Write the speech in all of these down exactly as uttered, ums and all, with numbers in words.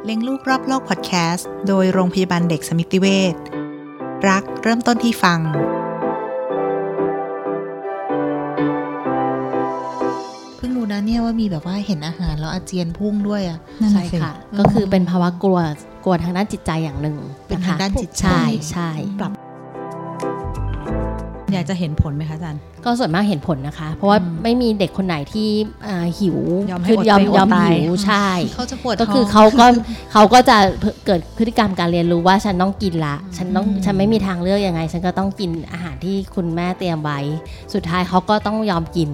เลี้ยงลูกรอบโลกพอดแคสต์โดยโรงพยาบาลเด็กสมิติเวชรักเริ่มต้นที่ฟังเพิ่งรู้นะเนี่ยว่ามีแบบว่าเห็นอาหารแล้วอาเจียนพุ่งด้วยอ่ะใช่ค่ะก็คือเป็นภาวะกลัวกลัวทางด้านจิตใจอย่างหนึ่งเป็นทางด้านจิตใจใช่ใช่ปรับอยากจะเห็นผลไหมคะอาจารย์ก็ส่วนมากเห็นผลนะคะเพราะว่าไม่มีเด็กคนไหนที่หิวยอมให้อดไปอดตายหิวใช่เขาจะปวดก็คือเขาก็เขาก็จะเกิดพฤติกรรมการเรียนรู้ว่าฉันต้องกินละฉันต้องฉันไม่มีทางเลือกยังไงฉันก็ต้องกินอาหารที่คุณแม่เตรียมไว้สุดท้ายเขาก็ต้องยอมกิน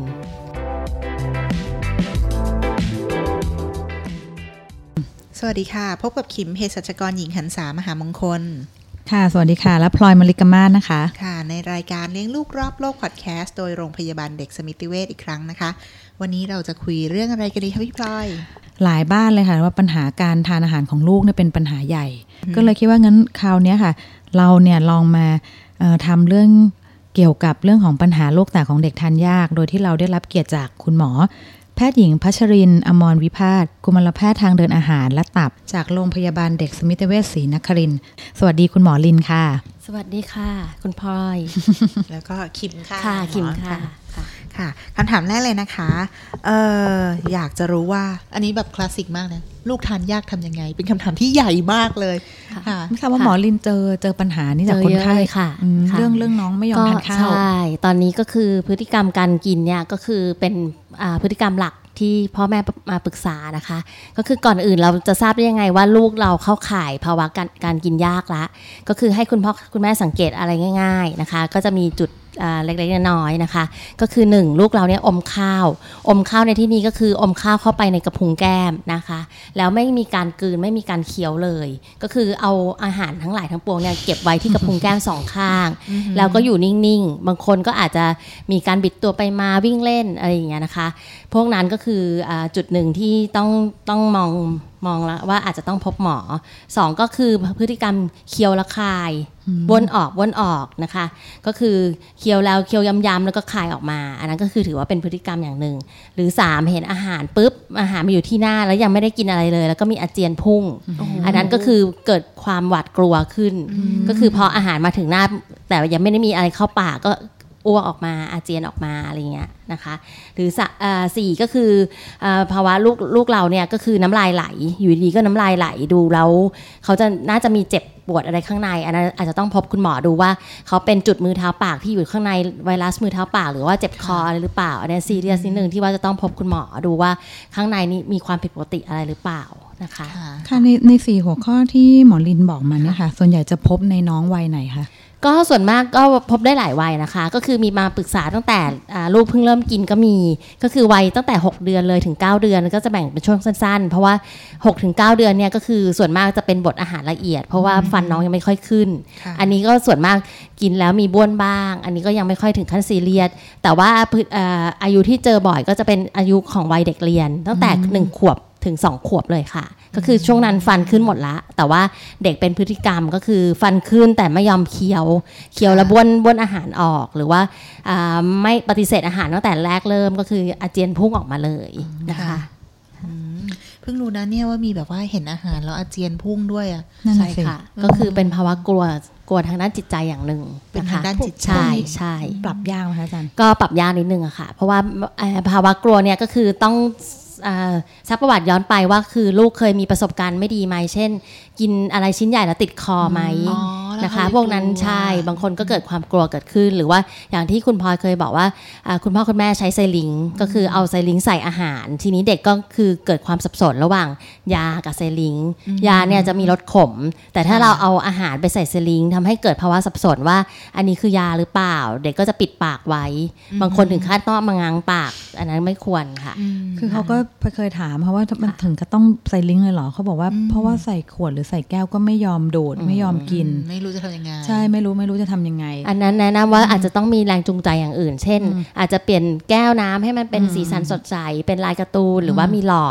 สวัสดีค่ะพบกับขิมเภสัชกรหญิงหันษามหามงคลค่ะสวัสดีค่ะและพลอยมลิกมาศนะคะค่ะในรายการเลี้ยงลูกรอบโลกพอดแคสต์โดยโรงพยาบาลเด็กสมิติเวชอีกครั้งนะคะวันนี้เราจะคุยเรื่องอะไรกันดีคะพี่พลอยหลายบ้านเลยค่ะว่าปัญหาการทานอาหารของลูกเนี่ยเป็นปัญหาใหญ่ก็เลยคิดว่างั้นคราวนี้ค่ะเราเนี่ยลองมาเอ่อทำเรื่องเกี่ยวกับเรื่องของปัญหาโรคแตกของเด็กทานยากโดยที่เราได้รับเกียรติจากคุณหมอแพทย์หญิงพัชรินทร์อมรวิภาสกุมารแพทย์ทางเดินอาหารและตับจากโรงพยาบาลเด็กสมิติเวชศรีนครินทร์สวัสดีคุณหมอลินค่ะสวัสดีค่ะคุณพลอยแล้วก็คิมค่ะค่ะคิมค่ะค่ะคำถามแรกเลยนะคะเอ่ออยากจะรู้ว่าอันนี้แบบคลาสสิกมากนะลูกทานยากทำยังไงเป็นคำถามที่ใหญ่มากเลยค่ะไม่ทราบว่าหมอลินเจอเจอปัญหานี้จากคนไข้ค่ะเรื่องเรื่องน้องไม่ยอมทานข้าวใช่ตอนนี้ก็คือพฤติกรรมการกินเนี่ยก็คือเป็นพฤติกรรมหลักที่พ่อแม่มาปรึกษานะคะก็คือก่อนอื่นเราจะทราบได้ยังไงว่าลูกเราเข้าข่ายภาวะการการกินยากละก็คือให้คุณพ่อคุณแม่สังเกตอะไรง่ายๆนะคะก็จะมีจุดเล็กๆน้อยๆนะคะก็คือหนึ่งลูกเราเนี่ยอมข้าวอมข้าวในที่นี้ก็คืออมข้าวเข้าไปในกระพุ้งแก้มนะคะแล้วไม่มีการกลืนไม่มีการเคี้ยวเลยก็คือเอาอาหารทั้งหลายทั้งปวงเนี่ยเก็บไว้ที่กระพุ้งแก้มสองข้างแล้วก็อยู่นิ่งๆบางคนก็อาจจะมีการบิดตัวไปมาวิ่งเล่นอะไรอย่างเงี้ยนะคะพวกนั้นก็คือจุดหนึ่งที่ต้องต้องมองมองแล้วว่าอาจจะต้องพบหมอสองก็คือพฤติกรรมเคี้ยวและคายวนออกวนออกนะคะก็คือเคี้ยวแล้วเคี้ยวย้ำๆแล้วก็คายออกมาอันนั้นก็คือถือว่าเป็นพฤติกรรมอย่างหนึ่งหรือสามเห็นอาหารปุ๊บอาหารมาอยู่ที่หน้าแล้วยังไม่ได้กินอะไรเลยแล้วก็มีอาเจียนพุ่งอันนั้นก็คือเกิดความหวาดกลัวขึ้นก็คือพออาหารมาถึงหน้าแต่ยังไม่ได้มีอะไรเข้าปากก็อ้วกออกมาอาเจียนออกมาอะไรเงี้ยนะคะหรือสี่ก็คือภาวะลูกลูกเราเนี่ยก็คือน้ำลายไหลอยู่ดีก็น้ำลายไหลดูแล้วเขาจะน่าจะมีเจ็บปวดอะไรข้างในอันนั้นอาจจะต้องพบคุณหมอดูว่าเขาเป็นจุดมือเท้าปากที่อยู่ข้างในไวรัสมือเท้าปากหรือว่าเจ็บคออะไรหรือเปล่าอันนี้ซีเรียสนิดนึงที่ว่าจะต้องพบคุณหมอดูว่าข้างในนี้มีความผิดปกติอะไรหรือเปล่านะคะค่ะในในสี่หัวข้อที่หมอลินบอกมาเนี่ยค่ะส่วนใหญ่จะพบในน้องวัยไหนคะก็ส่วนมากก็พบได้หลายวัยนะคะก็คือมีมาปรึกษาตั้งแต่ลูกเพิ่งเริ่มกินก็มีก็คือวัยตั้งแต่หกเดือนเลยถึงเก้าเดือนก็จะแบ่งเป็นช่วงสั้นๆเพราะว่า หกถึงเก้า เดือนเนี่ยก็คือส่วนมากจะเป็นบทอาหารละเอียดเพราะว่าฟันน้องยังไม่ค่อยขึ้นอันนี้ก็ส่วนมากกินแล้วมีบ้วนบ้างอันนี้ก็ยังไม่ค่อยถึงขั้นซีเรียสแต่ว่าอายุที่เจอบ่อยก็จะเป็นอายุของวัยเด็กเรียนตั้งแต่หนึ่งขวบถึงสองขวบเลยค่ะก็คือช่วงนั้นฟันขึ้นหมดละแต่ว่าเด็กเป็นพฤติกรรมก็คือฟันขึ้นแต่ไม่ยอมเคี้ยวเคี้ยวแล้วบ้วนบ้วนอาหารออกหรือว่าไม่ปฏิเสธอาหารตั้งแต่แรกเริ่มก็คืออาเจียนพุ่งออกมาเลยนะคะเพิ่งรู้นะเนี่ยว่ามีแบบว่าเห็นอาหารแล้วอาเจียนพุ่งด้วยอ่ะใช่ค่ะก็คือเป็นภาวะกลัวกลัวทางด้านจิตใจอย่างหนึ่งเป็นทางด้านจิตใจใช่ใช่ปรับยากไหมคะอาจารย์ก็ปรับยากนิดนึงอะค่ะเพราะว่าภาวะกลัวเนี่ยก็คือต้องซักประวัติย้อนไปว่าคือลูกเคยมีประสบการณ์ไม่ดีไหมเช่นกินอะไรชิ้นใหญ่แล้วติดคอไหมนะคะพวกนั้นใช่บางคนก็เกิดความกลัวเกิดขึ้นหรือว่าอย่างที่คุณพลอยเคยบอกว่าคุณพ่อคุณแม่ใช้ไซลิงก็คือเอาไซลิงใส่อาหารทีนี้เด็กก็คือเกิดความสับสนระหว่างยากับไซลิงยาเนี่ยจะมีรสขมแต่ถ้าเราเอาอาหารไปใส่ไซลิงทำให้เกิดภาวะสับสนว่าอันนี้คือยาหรือเปล่าเด็กก็จะปิดปากไว้บางคนถึงขั้นต้องมาง้างปากอันนั้นไม่ควรค่ะคือเขาก็เคยถามเพราะว่ามันถึงก็ต้องใส่ลิงเลยเหรอเขาบอกว่าเพราะว่าใส่ขวดหรือใส่แก้วก็ไม่ยอมดูดไม่ยอมกินไม่รู้จะทำยังไงใช่ไม่รู้ไม่รู้จะทำยังไงอันนั้นแนะนำว่าอาจจะต้องมีแรงจูงใจอย่างอื่นเช่นอาจจะเปลี่ยนแก้วน้ำให้มันเป็นสีสันสดใสเป็นลายการ์ตูนหรือว่ามีหลอด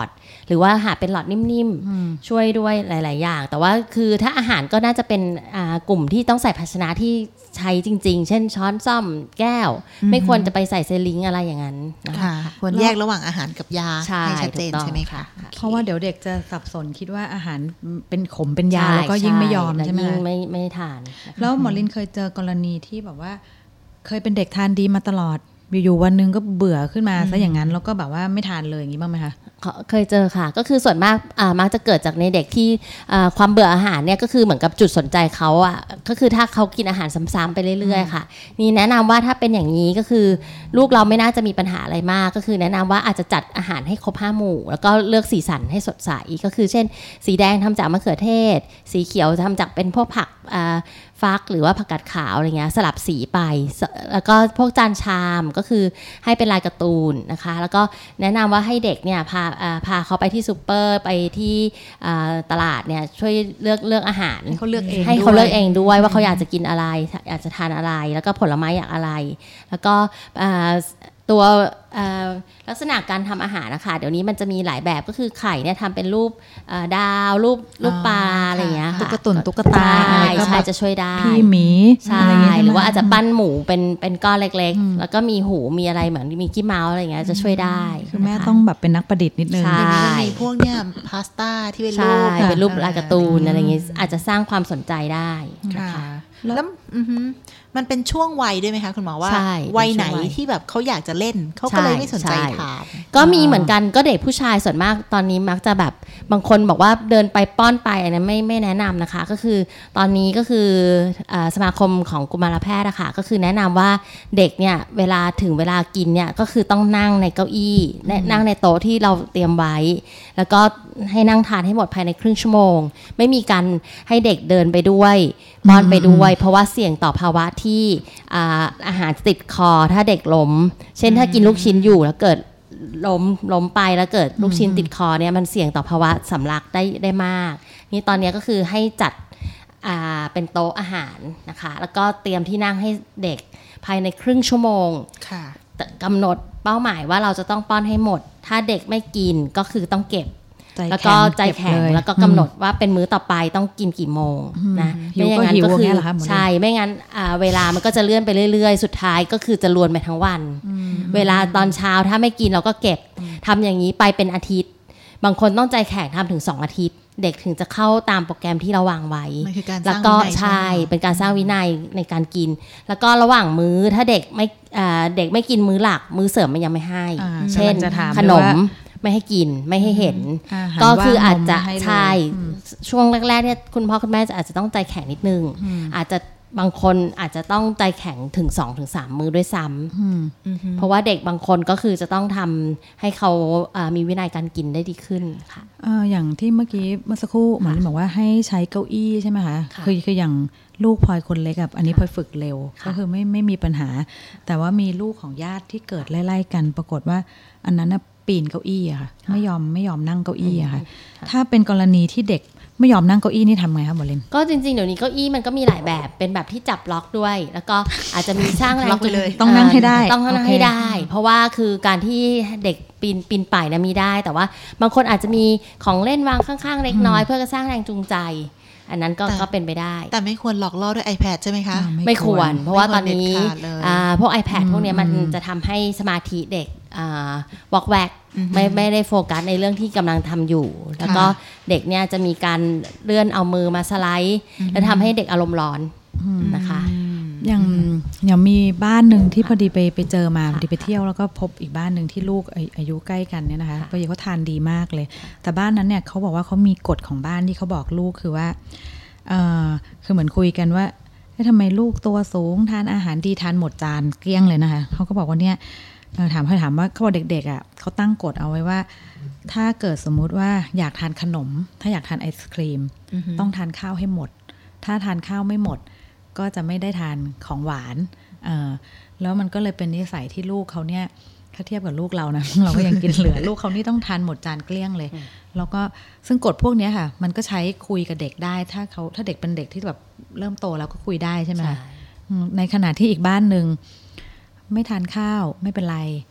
หรือว่าหาเป็นหลอดนิ่มๆช่วยด้วยหลายๆอย่างแต่ว่าคือถ้าอาหารก็น่าจะเป็นกลุ่มที่ต้องใส่ภาชนะที่ใช้จริงๆเช่นช้อนส้อมแก้วไม่ควรจะไปใส่เซลิงอะไรอย่างนั้นค่ะควรแยกระหว่างอาหารกับยาให้ชัดเจนใช่ไหมคะเพราะว่าเดี๋ยวเด็กจะสับสนคิดว่าอาหารเป็นขมเป็นยาแล้วก็ยิ่งไม่ยอมใช่ไหมยิ่งไม่ไม่ทานแล้วหมอลินเคยเจอกรณีที่แบบว่าเคยเป็นเด็กทานดีมาตลอดอยู่ๆวันนึงก็เบื่อขึ้นมาซะอย่างนั้นแล้วก็แบบว่าไม่ทานเลยอย่างนี้บ้างไหมคะเคยเจอค่ะก็คือส่วนมากมักจะเกิดจากในเด็กที่ความเบื่ออาหารเนี่ยก็คือเหมือนกับจุดสนใจเขาอ่ะก็คือถ้าเขากินอาหารซ้ำๆไปเรื่อยๆค่ะนี่แนะนำว่าถ้าเป็นอย่างนี้ก็คือลูกเราไม่น่าจะมีปัญหาอะไรมากก็คือแนะนำว่าอาจจะจัดอาหารให้ครบห้าหมู่แล้วก็เลือกสีสันให้สดใสก็คือเช่นสีแดงทำจากมะเขือเทศสีเขียวทำจากเป็นพวกผักฟักหรือว่าผักกาดขาวอะไรเงี้ยสลับสีไปแล้วก็พวกจานชามก็คือให้เป็นลายการ์ตูนนะคะแล้วก็แนะนำว่าให้เด็กเนี่ยพาพาเขาไปที่ซูเปอร์ไปที่ตลาดเนี่ยช่วยเลือกเลือกอาหารให้เขาเลือกเองให้เขาเลือกเองด้วยว่าเขาอยากจะกินอะไรอยากจะทานอะไรแล้วก็ผลไม้อยากอะไรแล้วก็ตัวลักษณะการทำอาหารนะคะเดี๋ยวนี้มันจะมีหลายแบบก็คือไข่เนี่ยทำเป็นรูปดาวรูปรูปปลาอะไรอย่างเงี้ยค่ะตุ๊กตุ่นตุ๊กตาอะไรก็จะช่วยได้พี่หมีใช่หรือว่าอาจจะปั้นหมูเป็นเป็นก้อนเล็กๆแล้วก็มีหูมีอะไรเหมือนมีกี้เมาส์อะไรอย่างเงี้ยจะช่วยได้คือแม่ต้องแบบเป็นนักประดิษฐ์นิดนึงใช่มีพวกเนี้ยพาสต้าที่เป็นรูปเป็นรูปลายการ์ตูนอะไรอย่างเงี้ยอาจจะสร้างความสนใจได้นะคะแล้วมันเป็นช่วงวัยด้วยไหมคะคุณหมอว่าวัยไหนที่แบบเขาอยากจะเล่นเขาก็เลยไม่สนใจถามก็มีเหมือนกันก็เด็กผู้ชายส่วนมากตอนนี้มักจะแบบบางคนบอกว่าเดินไปป้อนไปอันนั้นไม่ไม่แนะนำนะคะก็คือตอนนี้ก็คือสมาคมของกุมารแพทย์นะคะก็คือแนะนำว่าเด็กเนี่ยเวลาถึงเวลากินเนี่ยก็คือต้องนั่งในเก้าอี้นั่งในโต๊ะที่เราเตรียมไว้แล้วก็ให้นั่งทานให้หมดภายในครึ่งชั่วโมงไม่มีการให้เด็กเดินไปด้วยป้อนไปด้วยเพราะว่าเสี่ยงต่อภาวะที่อาอาหารติดคอถ้าเด็กล้มเช่นถ้ากินลูกชิ้นอยู่แล้วเกิดล้มล้มไปแล้วเกิดลูกชิ้นติดคอเนี่ยมันเสี่ยงต่อภาวะสำลักได้ได้มากนี่ตอนนี้ก็คือให้จัดเป็นโต๊ะอาหารนะคะแล้วก็เตรียมที่นั่งให้เด็กภายในครึ่งชั่วโมงกำหนดเป้าหมายว่าเราจะต้องป้อนให้หมดถ้าเด็กไม่กินก็คือต้องเก็บแล้วก็ใจแข็งแล้วก็กำหนดว่าเป็นมื้อต่อไปต้องกินกี่โมงนะไม่อย่างนั้นก็คือใช่ไม่งั้นเวลามันก็จะเลื่อนไปเรื่อยๆสุดท้ายก็คือจะลวนไปทั้งวันเวลาตอนเช้าถ้าไม่กินเราก็เก็บทำอย่างนี้ไปเป็นอาทิตย์บางคนต้องใจแข็งทำถึงสองอาทิตย์เด็กถึงจะเข้าตามโปรแกรมที่เราวางไว้แล้วก็ใช่เป็นการสร้างวินัยในการกินแล้วก็ระหว่างมื้อถ้าเด็กไม่เด็กไม่กินมื้อหลักมื้อเสริมมันยังไม่ให้เช่นขนมไม่ให้กินไม่ให้เห็นก็คืออาจจะใช่ช่วงแรกๆเนี่ยคุณพ่อคุณแม่อาจจะต้องใจแข็งนิดนึงอาจจะบางคนอาจจะต้องใจแข็งถึง สองถึงสาม มื้อด้วยซ้ำเพราะว่าเด็กบางคนก็คือจะต้องทำให้เขามีวินัยการกินได้ดีขึ้นค่ะอย่างที่เมื่อกี้เมื่อสักครู่หมอบอกว่าให้ใช้เก้าอี้ใช่ไหมคะคือคืออย่างลูกพลอยคนเล็กกับอันนี้พลอยฝึกเร็วก็คือไม่ไม่มีปัญหาแต่ว่ามีลูกของญาติที่เกิดไล่ๆกันปรากฏว่าอันนั้นปีนเก้าอี้อะค่ะไม่ยอมไม่ยอมนั่งเก้าอี้อะค่ะถ้าเป็นกรณีที่เด็กไม่ยอมนั่งเก้าอี้นี่ทำไงคะหมอเลนก็จริงๆเดี๋ยวนี้เก้าอี้มันก็มีหลายแบบเป็นแบบที่จับล็อกด้วยแล้วก็อาจจะมีสร้างแรงจูงต้องนั่งให้ได้ต้องนั่งให้ได้เพราะว่าคือการที่เด็กปีนปีนป่ายนะมีได้แต่ว่าบางคนอาจจะมีของเล่นวางข้างๆเล็กน้อยเพื่อสร้างแรงจูงใจอันนั้นก็ก็เป็นไปได้แต่ไม่ควรหลอกล่อด้วย iPad ใช่ไหมคะไม่ควรเพราะว่าตอนนี้พวก iPad พวกนี้มันจะทำให้สมาธิเด็กวอกแวกไม่ไม่ได้โฟกัสในเรื่องที่กำลังทำอยู่แล้วก็เด็กเนี่ยจะมีการเลื่อนเอามือมาสไลด์แล้วทำให้เด็กอารมณ์ร้อนนะคะอย่างอย่างมีบ้านหนึ่งที่พอดีไปไปเจอมาพอดีไปเที่ยวแล้วก็พบอีกบ้านหนึ่งที่ลูกอายุใกล้กันเนี่ยนะคะพอดีเขาทานดีมากเลยแต่บ้านนั้นเนี่ยเขาบอกว่าเขามีกฎของบ้านที่เขาบอกลูกคือว่าเออคือเหมือนคุยกันว่าทำไมลูกตัวสูงทานอาหารดีทานหมดจานเกลี้ยงเลยนะคะเขาก็บอกว่าเนี่ยถามเขาถามว่าเขาบอกเด็กๆอ่ะเขาตั้งกฎเอาไว้ว่าถ้าเกิดสมมุติว่าอยากทานขนมถ้าอยากทานไอศครีมต้องทานข้าวให้หมดถ้าทานข้าวไม่หมดก็จะไม่ได้ทานของหวานเออแล้วมันก็เลยเป็นนิสัยที่ลูกเขาเนี่ยถ้าเทียบกับลูกเรานะ เราก็ยังกินเหลือ ลูกเขานี่ต้องทานหมดจานเกลี้ยงเลยแล้วก็ซึ่งกฎพวกนี้ค่ะมันก็ใช้คุยกับเด็กได้ถ้าเขาถ้าเด็กเป็นเด็กที่แบบเริ่มโตแล้วก็คุยได้ใช่ไหมคะในขณะที่อีกบ้านนึงไม่ทานข้าวไม่เป็นไร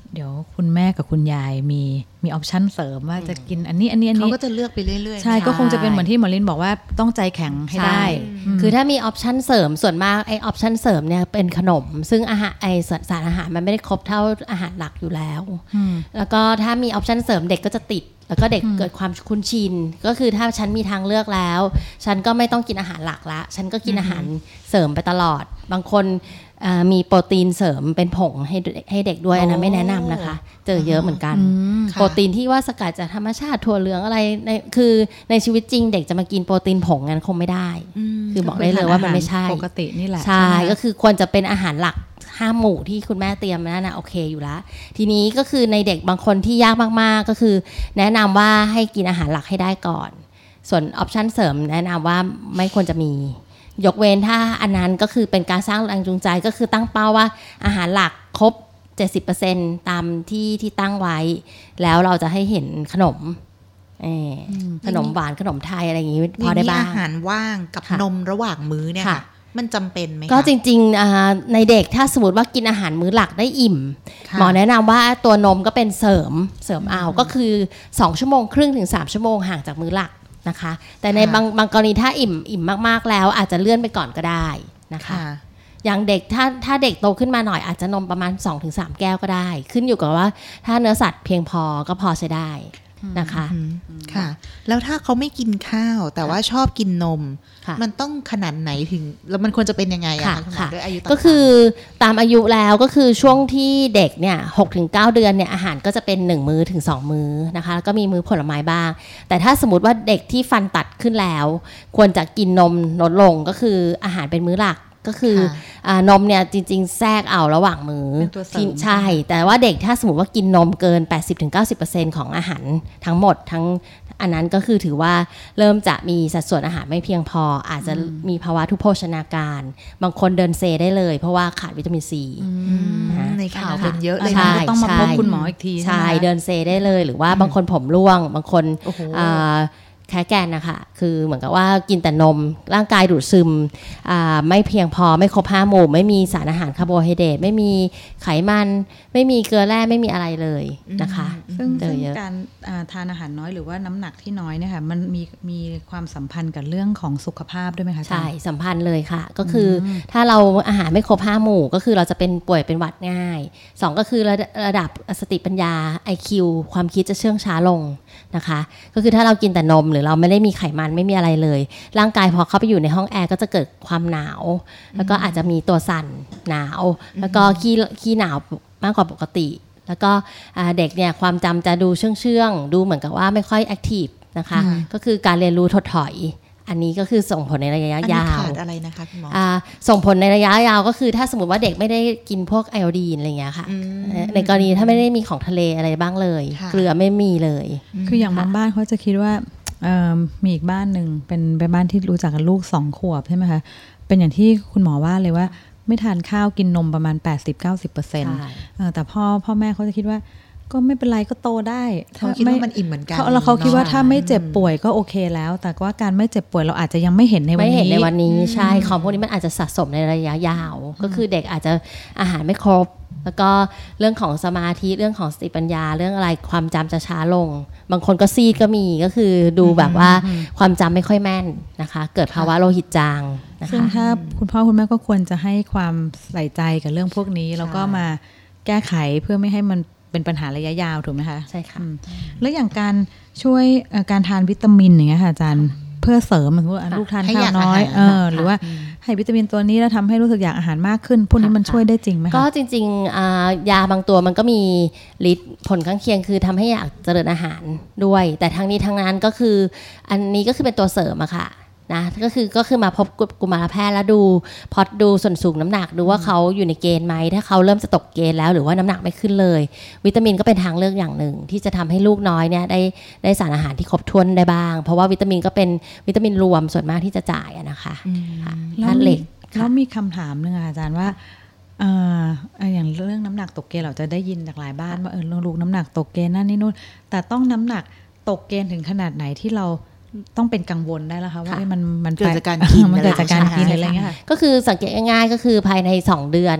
เดี๋ยวคุณแม่กับคุณยายมีมีออปชั่นเสริมว่าจะกินอันนี้อันนี้อันนี้เขาก็จะเลือกไปเรื่อยๆใช่ก็คงจะเป็นเหมือนที่หมอลินบอกว่าต้องใจแข็งให้ได้คือถ้ามีออปชันเสริมส่วนมากไอออปชันเสริมเนี่ยเป็นขนมซึ่งอาหารไอสารอาหารมันไม่ได้ครบเท่าอาหารหลักอยู่แล้วแล้วก็ถ้ามีออปชันเสริมเด็กก็จะติดแล้วก็เด็กเกิดความคุ้นชินก็คือถ้าฉันมีทางเลือกแล้วฉันก็ไม่ต้องกินอาหารหลักละฉันก็กินอาหารเสริมไปตลอดบางคนมีโปรตีนเสริมเป็นผงให้ให้เด็กด้วยอันนั้นไม่แนะนำนะคะเจอเยอะเหมือนกันโปรตีนที่ว่าสกัดจากธรรมชาติถั่วเหลืองอะไรในคือในชีวิตจริงเด็กจะมากินโปรตีนผงงั้นคงไม่ได้คือบอกได้เลยว่ามันไม่ใช่ปกตินี่แหละใช่ก็คือควรจะเป็นอาหารหลักห้าหมู่ที่คุณแม่เตรียมนั่นนะโอเคอยู่แล้วทีนี้ก็คือในเด็กบางคนที่ยากมากๆก็คือแนะนำว่าให้กินอาหารหลักให้ได้ก่อนส่วนออปชันเสริมแนะนำว่าไม่ควรจะมียกเว้นถ้าอันนั้นก็คือเป็นการสร้างแรงจูงใจก็คือตั้งเป้าว่าอาหารหลักครบ เจ็ดสิบเปอร์เซ็นต์ ตามที่ที่ตั้งไว้แล้วเราจะให้เห็นขนมขนมหวานขนมไทยอะไรอย่างนี้พอได้บ้างอาหารว่างกับนมระหว่างมื้อเนี่ยค่ะมันจำเป็นไหมคะก็จริงๆในเด็กถ้าสมมติว่ากินอาหารมื้อหลักได้อิ่มหมอแนะนำว่าตัวนมก็เป็นเสริมเสริมเอาก็คือสองชั่วโมงครึ่งถึงสามชั่วโมงห่างจากมื้อหลักนะคะแต่ในบางบางกรณีถ้าอิ่มอิ่มมากๆแล้วอาจจะเลื่อนไปก่อนก็ได้นะคะอย่างเด็กถ้าถ้าเด็กโตขึ้นมาหน่อยอาจจะนมประมาณ สองถึงสาม แก้วก็ได้ขึ้นอยู่กับว่าถ้าเนื้อสัตว์เพียงพอก็พอใช้ได้นะคะค่ะแล้วถ้าเขาไม่กินข้าวแต่ว่าชอบกินนมมันต้องขนาดไหนถึงแล้วมันควรจะเป็นยังไงอะคะคุณหมอด้วยอายุก็คือตามอายุแล้วก็คือช่วงที่เด็กเนี่ย หกถึงเก้า เดือนเนี่ยอาหารก็จะเป็นหนึ่งมื้อถึงสองมื้อนะคะแล้วก็มีมื้อผลไม้บ้างแต่ถ้าสมมติว่าเด็กที่ฟันตัดขึ้นแล้วควรจะกินนมลดลงก็คืออาหารเป็นมื้อหลักก็คือนมเนี่ยจริงๆแทรกเอาระหว่างมื้อใช่แต่ว่าเด็กถ้าสมมติว่ากินนมเกิน แปดสิบถึงเก้าสิบเปอร์เซ็นต์ ของอาหารทั้งหมดทั้งอันนั้นก็คือถือว่าเริ่มจะมีสัดส่วนอาหารไม่เพียงพออาจจะมีภาวะทุพโภชนาการบางคนเดินเซได้เลยเพราะว่าขาดวิตามินซีในข่าวเป็นเยอะเลยนะต้องมาพบคุณหมออีกทีใช่เดินเซได้เลยหรือว่าบางคนผมร่วงบางคนแค่แกนนะคะคือเหมือนกับว่ากินแต่นมร่างกายดูดซึมไม่เพียงพอไม่ครบห้าหมู่ไม่มีสารอาหารคาร์โบไฮเดรตไม่มีไขมันไม่มีเกลือแร่ไม่มีอะไรเลยนะคะซึ่งการทานอาหารน้อยหรือว่าน้ำหนักที่น้อยเนี่ยค่ะมันมีมีความสัมพันธ์กับเรื่องของสุขภาพด้วยไหมคะใช่สัมพันธ์เลยค่ะก็คือถ้าเราอาหารไม่ครบห้าหมู่ก็คือเราจะเป็นป่วยเป็นหวัดง่ายสองก็คือระดับสติปัญญา ไอ คิว ความคิดจะเชื่องช้าลงนะคะก็คือถ้าเรากินแต่นมหรือเราไม่ได้มีไขมันไม่มีอะไรเลยร่างกายพอเข้าไปอยู่ในห้องแอร์ก็จะเกิดความหนาวแล้วก็อาจจะมีตัวสั่นหนาวแล้วก็ขี้ขี้หนาวมากกว่าปกติแล้วก็เด็กเนี่ยความจำจะดูเชื่องเชื่องดูเหมือนกับว่าไม่ค่อยแอคทีฟนะคะก็คือการเรียนรู้ถดถอยอันนี้ก็คือส่งผลในระยะยาวขาดอะไรนะคะคุณหมอส่งผลในระยะยาวก็คือถ้าสมมติว่าเด็กไม่ได้กินพวกไอโอดีนอะไรอย่างเงี้ยค่ะในกรณีถ้าไม่ได้มีของทะเลอะไรบ้างเลยเกลือไม่มีเลยคืออย่างบางบ้านเขาจะคิดว่ามีอีกบ้านหนึ่งเป็นเป็นบ้านที่รู้จักกันลูกสองขวบใช่ไหมคะเป็นอย่างที่คุณหมอว่าเลยว่าไม่ทานข้าวกินนมประมาณ แปดสิบถึงเก้าสิบเปอร์เซ็นต์ แต่พ่อพ่อแม่เขาจะคิดว่าก็ไม่เป็นไรก็โตได้เขาคิดว่ามันอิ่มเหมือนกันแล้วเขาคิดว่าถ้าไม่เจ็บป่วยก็โอเคแล้วแต่ว่าการไม่เจ็บป่วยเราอาจจะยังไม่เห็นในวันนี้ไม่เห็นในวันนี้ใช่ของพวกนี้มันอาจจะสะสมในระยะยาวก็คือเด็กอาจจะอาหารไม่ครบแล้วก็เรื่องของสมาธิเรื่องของสติปัญญาเรื่องอะไรความจำจะช้าลงบางคนก็ซีดก็มีก็คือดูแบบว่าความจำไม่ค่อยแม่นนะคะเกิดภาวะโลหิตจางนะคะซึ่งถ้าคุณพ่อคุณแม่ก็ควรจะให้ความใส่ใจกับเรื่องพวกนี้แล้วก็มาแก้ไขเพื่อไม่ให้มันเป็นปัญหาระยะยาวถูกไหมคะใช่ค่ะแล้วอย่างการช่วยการทานวิตามินอย่างเงี้ยค่ะอาจารย์เพื่อเสริมเหมือนว่าลูกทานข้าวน้อยเออหรือว่าให้วิตามินตัวนี้แล้วทำให้รู้สึกอยากอาหารมากขึ้นพวกนี้มันช่วยได้จริงไหมคะก็จริงๆยาบางตัวมันก็มีฤทธิ์ผลข้างเคียงคือทำให้อยากเจริญอาหารด้วยแต่ทั้งนี้ทั้งนั้นก็คืออันนี้ก็คือเป็นตัวเสริมอะค่ะนะก็คือก็คือมาพบกุมารแพทย์แล้วดูพอดูส่วนสูงน้ำหนักดูว่าเขาอยู่ในเกณฑ์ไหมถ้าเขาเริ่มจะตกเกณฑ์แล้วหรือว่าน้ำหนักไม่ขึ้นเลยวิตามินก็เป็นทางเลือกอย่างหนึ่งที่จะทำให้ลูกน้อยเนี่ยได้ได้สารอาหารที่ครบถ้วนได้บ้างเพราะว่าวิตามินก็เป็นวิตามินรวมส่วนมากที่จะจ่ายนะคะธาตุเหล็กแล้วมีคำถามนึงอาจารย์ว่าอ่าอย่างเรื่องน้ำหนักตกเกณฑ์เราจะได้ยินจากหลายบ้านว่าเออลูกน้ำหนักตกเกณฑ์นั่นนี่นู่นแต่ต้องน้ำหนักตกเกณฑ์ถึงขนาดไหนที่เราต้องเป็นกังวลได้แล้วคะว่ามันมันเกิดจากการกินมันเกิดจากการกินอะไรเงี้ยค่ะก็คือสังเกตง่ายๆก็คือภายในสองเดือน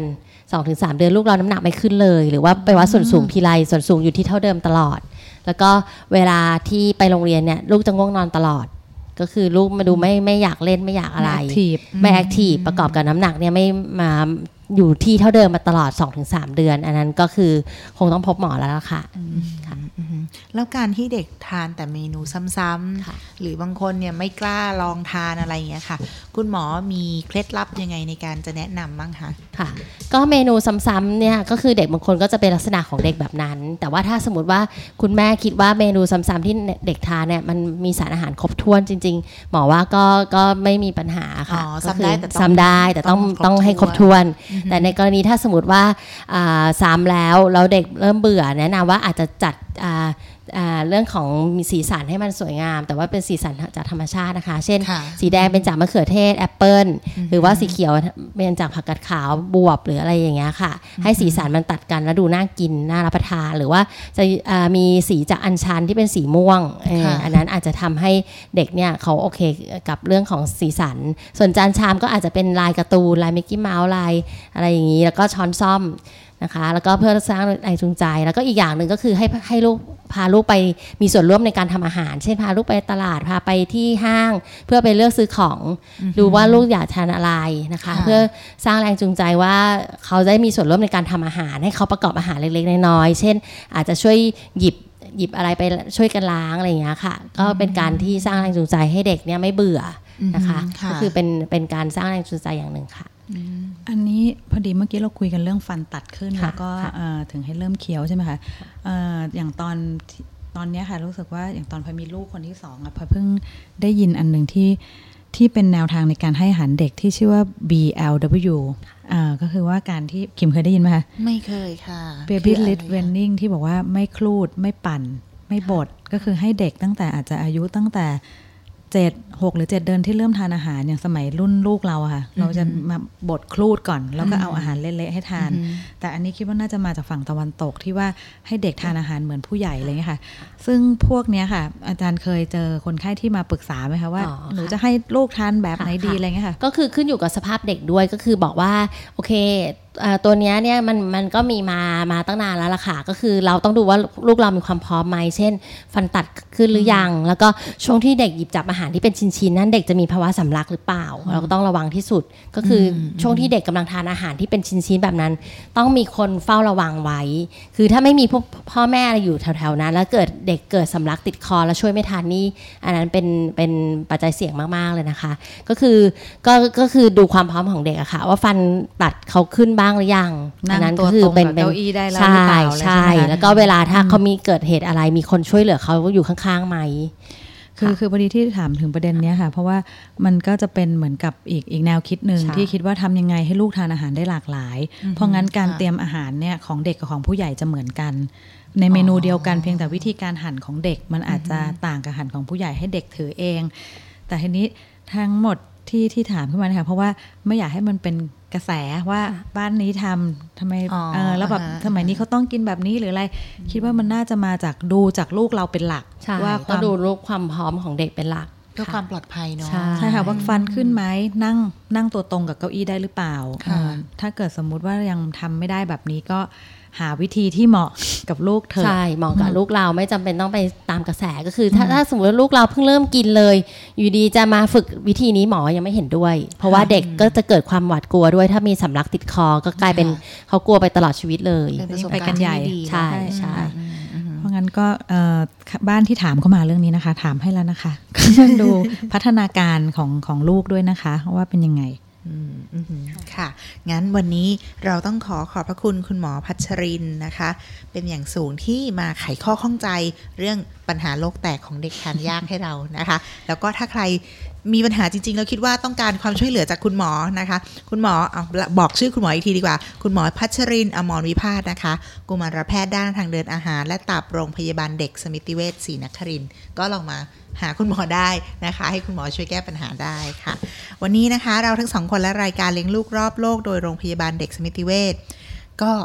สองถึงสาม เดือนลูกเราน้ำหนักไม่ขึ้นเลยหรือว่าไปวัดส่วนสูงทีไรส่วนสูงอยู่ที่เท่าเดิมตลอดแล้วก็เวลาที่ไปโรงเรียนเนี่ยลูกจะง่วงนอนตลอดก็คือลูกมาดูไม่ไม่อยากเล่นไม่อยากอะไรไม่แอคทีฟประกอบกับน้ำหนักเนี่ยไม่มาอยู่ที่เท่าเดิมมาตลอด สองถึงสาม เดือนอันนั้นก็คือคงต้องพบหมอแล้วล่ะค่ะแล้วการที่เด็กทานแต่เมนูซ้ำๆหรือบางคนเนี่ยไม่กล้าลองทานอะไรอย่างเงี้ยค่ะคุณหมอมีเคล็ดลับยังไงในการจะแนะนำบ้างคะค่ะก็เมนูซ้ำๆเนี่ยก็คือเด็กบางคนก็จะเป็นลักษณะของเด็กแบบนั้นแต่ว่าถ้าสมมติว่าคุณแม่คิดว่าเมนูซ้ำๆที่เด็กทานเนี่ยมันมีสารอาหารครบถ้วนจริงๆหมอว่าก็ก็ไม่มีปัญหาค่ะซ้ำได้แต่ซ้ำได้แต่ต้องต้องให้ครบถ้วนแต่ในกรณีถ้าสมมติว่าซ้ำแล้วแล้วเด็กเริ่มเบื่อแนะนำว่าอาจจะจัดเรื่องของมีสีสันให้มันสวยงามแต่ว่าเป็นสีสันจากธรรมชาตินะคะเช่นสีแดงเป็นจากมะเขือเทศแอปเปิ้ลหรือว่าสีเขียวเป็นจากผักกาดขาวบวบหรืออะไรอย่างเงี้ยค่ะให้สีสันมันตัดกันแล้วดูน่ากินน่ารับประทานหรือว่าจะมีสีจากอัญชันที่เป็นสีม่วงอันนั้นอาจจะทำให้เด็กเนี่ยเขาโอเคกับเรื่องของสีสันส่วนจานชามก็อาจจะเป็นลายการ์ตูนลายมิกกี้เมาส์ลายอะไรอย่างนี้แล้วก็ช้อนซ่อมนะคะแล้วก็เพื่อสร้างแรงจูงใจแล้วก็อีกอย่างหนึ่งก็คือให้ให้ลูกพาลูกไปมีส่วนร่วมในการทำอาหารเช่นพาลูกไปตลาดพาไปที่ห้างเพื่อไปเลือกซื้อของดูว่าลูกอยากทานอะไรนะคะเพื่อสร้างแรงจูงใจว่าเขาได้มีส่วนร่วมในการทำอาหารให้เขาประกอบอาหารเล็กๆน้อยๆเช่นอาจจะช่วยหยิบหยิบอะไรไปช่วยกันล้างอะไรอย่างเงี้ยค่ะก็เป็นการที่สร้างแรงจูงใจให้เด็กเนี่ยไม่เบื่อนะคะก็คือเป็นเป็นการสร้างแรงจูงใจอย่างหนึ่งค่ะอันนี้พอดีเมื่อกี้เราคุยกันเรื่องฟันตัดขึ้นแล้วก็ถึงให้เริ่มเคี้ยวใช่ไหมคะอย่างตอนตอนนี้ค่ะรู้สึกว่าอย่างตอนพอมีลูกคนที่สองอะพอเพิ่งได้ยินอันหนึ่งที่ที่เป็นแนวทางในการให้อาหารเด็กที่ชื่อว่า บี แอล ดับเบิลยู อ่าก็คือว่าการที่คิมเคยได้ยินไหมคะไม่เคยค่ะ Baby Led Weaning ที่บอกว่าไม่คลูดไม่ปั่นไม่บดก็คือให้เด็กตั้งแต่อาจจะอายุตั้งแต่เจ็ด หกหรือเจ็ดเดือนที่เริ่มทานอาหารอย่างสมัยรุ่นลูกเราอะค่ะเราจะมาบดคลูดก่อนแล้วก็เอาอาหารเละๆให้ทานแต่อันนี้คิดว่าน่าจะมาจากฝั่งตะวันตกที่ว่าให้เด็กทานอาหารเหมือนผู้ใหญ่อะไรเงี้ยค่ะซึ่งพวกเนี้ยค่ะอาจารย์เคยเจอคนไข้ที่มาปรึกษาไหมคะว่าหนูจะให้ลูกทานแบบไหนดีอะไรเงี้ยค่ะก็คือขึ้นอยู่กับสภาพเด็กด้วยก็คือบอกว่าโอเคตัวนี้เนี่ยมันมันก็มีมามาตั้งนานแล้วล่ะค่ะก็คือเราต้องดูว่าลูกเรามีความพร้อมไหมเช่นฟันตัดขึ้นหรือยังแล้วก็ช่วงที่เด็กหยิบจับอาหารที่เป็นชิ้นๆนั้นเด็กจะมีภาวะสำลักหรือเปล่าเราก็ต้องระวังที่สุดก็คือช่วงที่เด็กกำลังทานอาหารที่เป็นชิ้นๆแบบนั้นต้องมีคนเฝ้าระวังไว้คือถ้าไม่มีพวกพ่อแม่อยู่แถวๆนั้นแล้วเกิดเด็กเกิดสำลักติดคอแล้วช่วยไม่ทันนี่อันนั้นเป็นเป็นปัจจัยเสี่ยงมากๆเลยนะคะก็คือก็ก็คือดูความพร้อมของเด็กอะค่ะว่าฟันตัดเขาขึ้นบ้างหรือยังอันนั้นก็คือเป็นเป็นใช่ใช่แล้วก็เวลาถ้าเขามีเกิดเหตุอะไรมีคนช่วยเหลือเขาอยู่ข้างๆไหมคือคือพอดีที่ถามถึงประเด็นนี้ค่ะเพราะว่ามันก็จะเป็นเหมือนกับอีกอีกแนวคิดหนึ่งที่คิดว่าทำยังไงให้ลูกทานอาหารได้หลากหลายเพราะงั้นการเตรียมอาหารเนี่ยของเด็กกับของผู้ใหญ่จะเหมือนกันในเมนูเดียวกันเพียงแต่วิธีการหั่นของเด็กมันอาจจะต่างกับหั่นของผู้ใหญ่ให้เด็กถือเองแต่ทีนี้ทั้งหมดที่ที่ถามขึ้นมานะคะเพราะว่าไม่อยากให้มันเป็นกระแสว่าบ้านนี้ทำทำไมเออแล้วแบบสมัยนี้เขาต้องกินแบบนี้หรืออะไรคิดว่ามันน่าจะมาจากดูจากลูกเราเป็นหลักว่าก็ดูลูกความพร้อมของเด็กเป็นหลักเพื่อความปลอดภัยเนาะใช่ค่ะว่าฟันขึ้นไหมนั่งนั่งตัวตรงกับเก้าอี้ได้หรือเปล่าถ้าเกิดสมมุติว่ายังทำไม่ได้แบบนี้ก็หาวิธีที่เหมาะกับลูกเธอใช่เหมาะกับลูกเราไม่จำเป็นต้องไปตามกระแสก็คือถ้าถ้าสมมติว่าลูกเราเพิ่งเริ่มกินเลยอยู่ดีจะมาฝึกวิธีนี้หมอยังไม่เห็นด้วยเพราะว่าเด็กก็จะเกิดความหวาดกลัวด้วยถ้ามีสำลักติดคอก็กลายเป็นเขากลัวไปตลอดชีวิตเลยไปกันใหญ่ใช่ใช่เพราะงั้นก็บ้านที่ถามเข้ามาเรื่องนี้นะคะถามให้แล้วนะคะดูพัฒนาการของของลูกด้วยนะคะว่าเป็นยังไงค่ะงั้นวันนี้เราต้องขอขอบพระคุณคุณหมอพัชรินนะคะเป็นอย่างสูงที่มาไขข้อข้องใจเรื่องปัญหาโรคแตกของเด็กทานยากให้เรานะคะแล้วก็ถ้าใครมีปัญหาจริงๆแล้วคิดว่าต้องการความช่วยเหลือจากคุณหมอนะคะคุณหมอเอาบอกชื่อคุณหมออีกทีดีกว่าคุณหมอพัชรินอมรวิพาสนะคะกุมารแพทย์ด้านทางเดินอาหารและตับโรงพยาบาลเด็กสมิติเวชศรีนครินทร์ก็ลองมาหาคุณหมอได้นะคะให้คุณหมอช่วยแก้ปัญหาได้ค่ะวันนี้นะคะเราทั้งสองคนและรายการเลี้ยงลูกรอบโลกโดยโรงพยาบาลเด็กสมิติเวชก็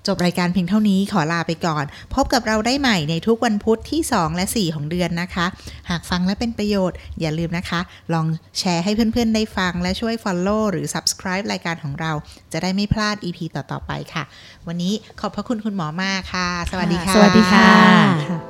จบรายการเพียงเท่านี้ขอลาไปก่อนพบกับเราได้ใหม่ในทุกวันพุธที่สองและสี่ของเดือนนะคะหากฟังและเป็นประโยชน์อย่าลืมนะคะลองแชร์ให้เพื่อนๆได้ฟังและช่วย follow หรือ subscribe รายการของเราจะได้ไม่พลาด อี พี ต่อๆไปค่ะวันนี้ขอบพระคุณคุณหมอมากค่ะสวัสดีค่ะสวัสดีค่ะ